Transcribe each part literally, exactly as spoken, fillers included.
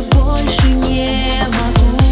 больше не могу.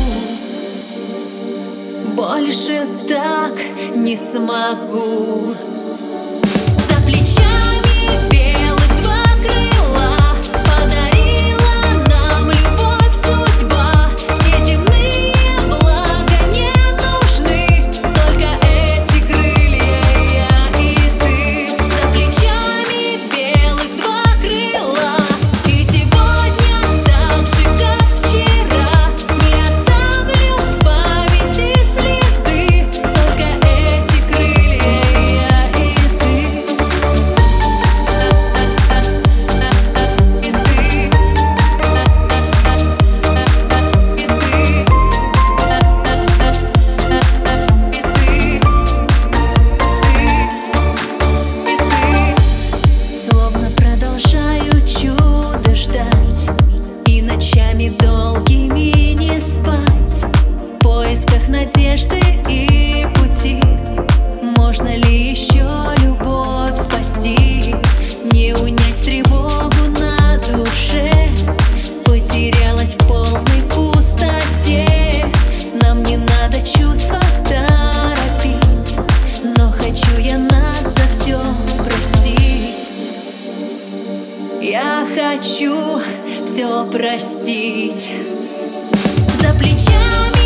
Больше так не смогу. За плечами белых два крыла подарила нам любовь судьба. Все земные блага не нужны, только эти крылья, я и ты. За плечами белых два крыла, и сегодня так же, как вчера, не оставлю в памяти следы, только эти крылья, я и ты. Словно продолжаю чудо ждать, и ночами долгими не спать, в поисках надежды и пути. Можно ли еще любовь спасти? Не унять тревогу на душе, потерялась в полной пустоте. Нам не надо чувства торопить, но хочу я нас за все простить. Я хочу все простить. За плечами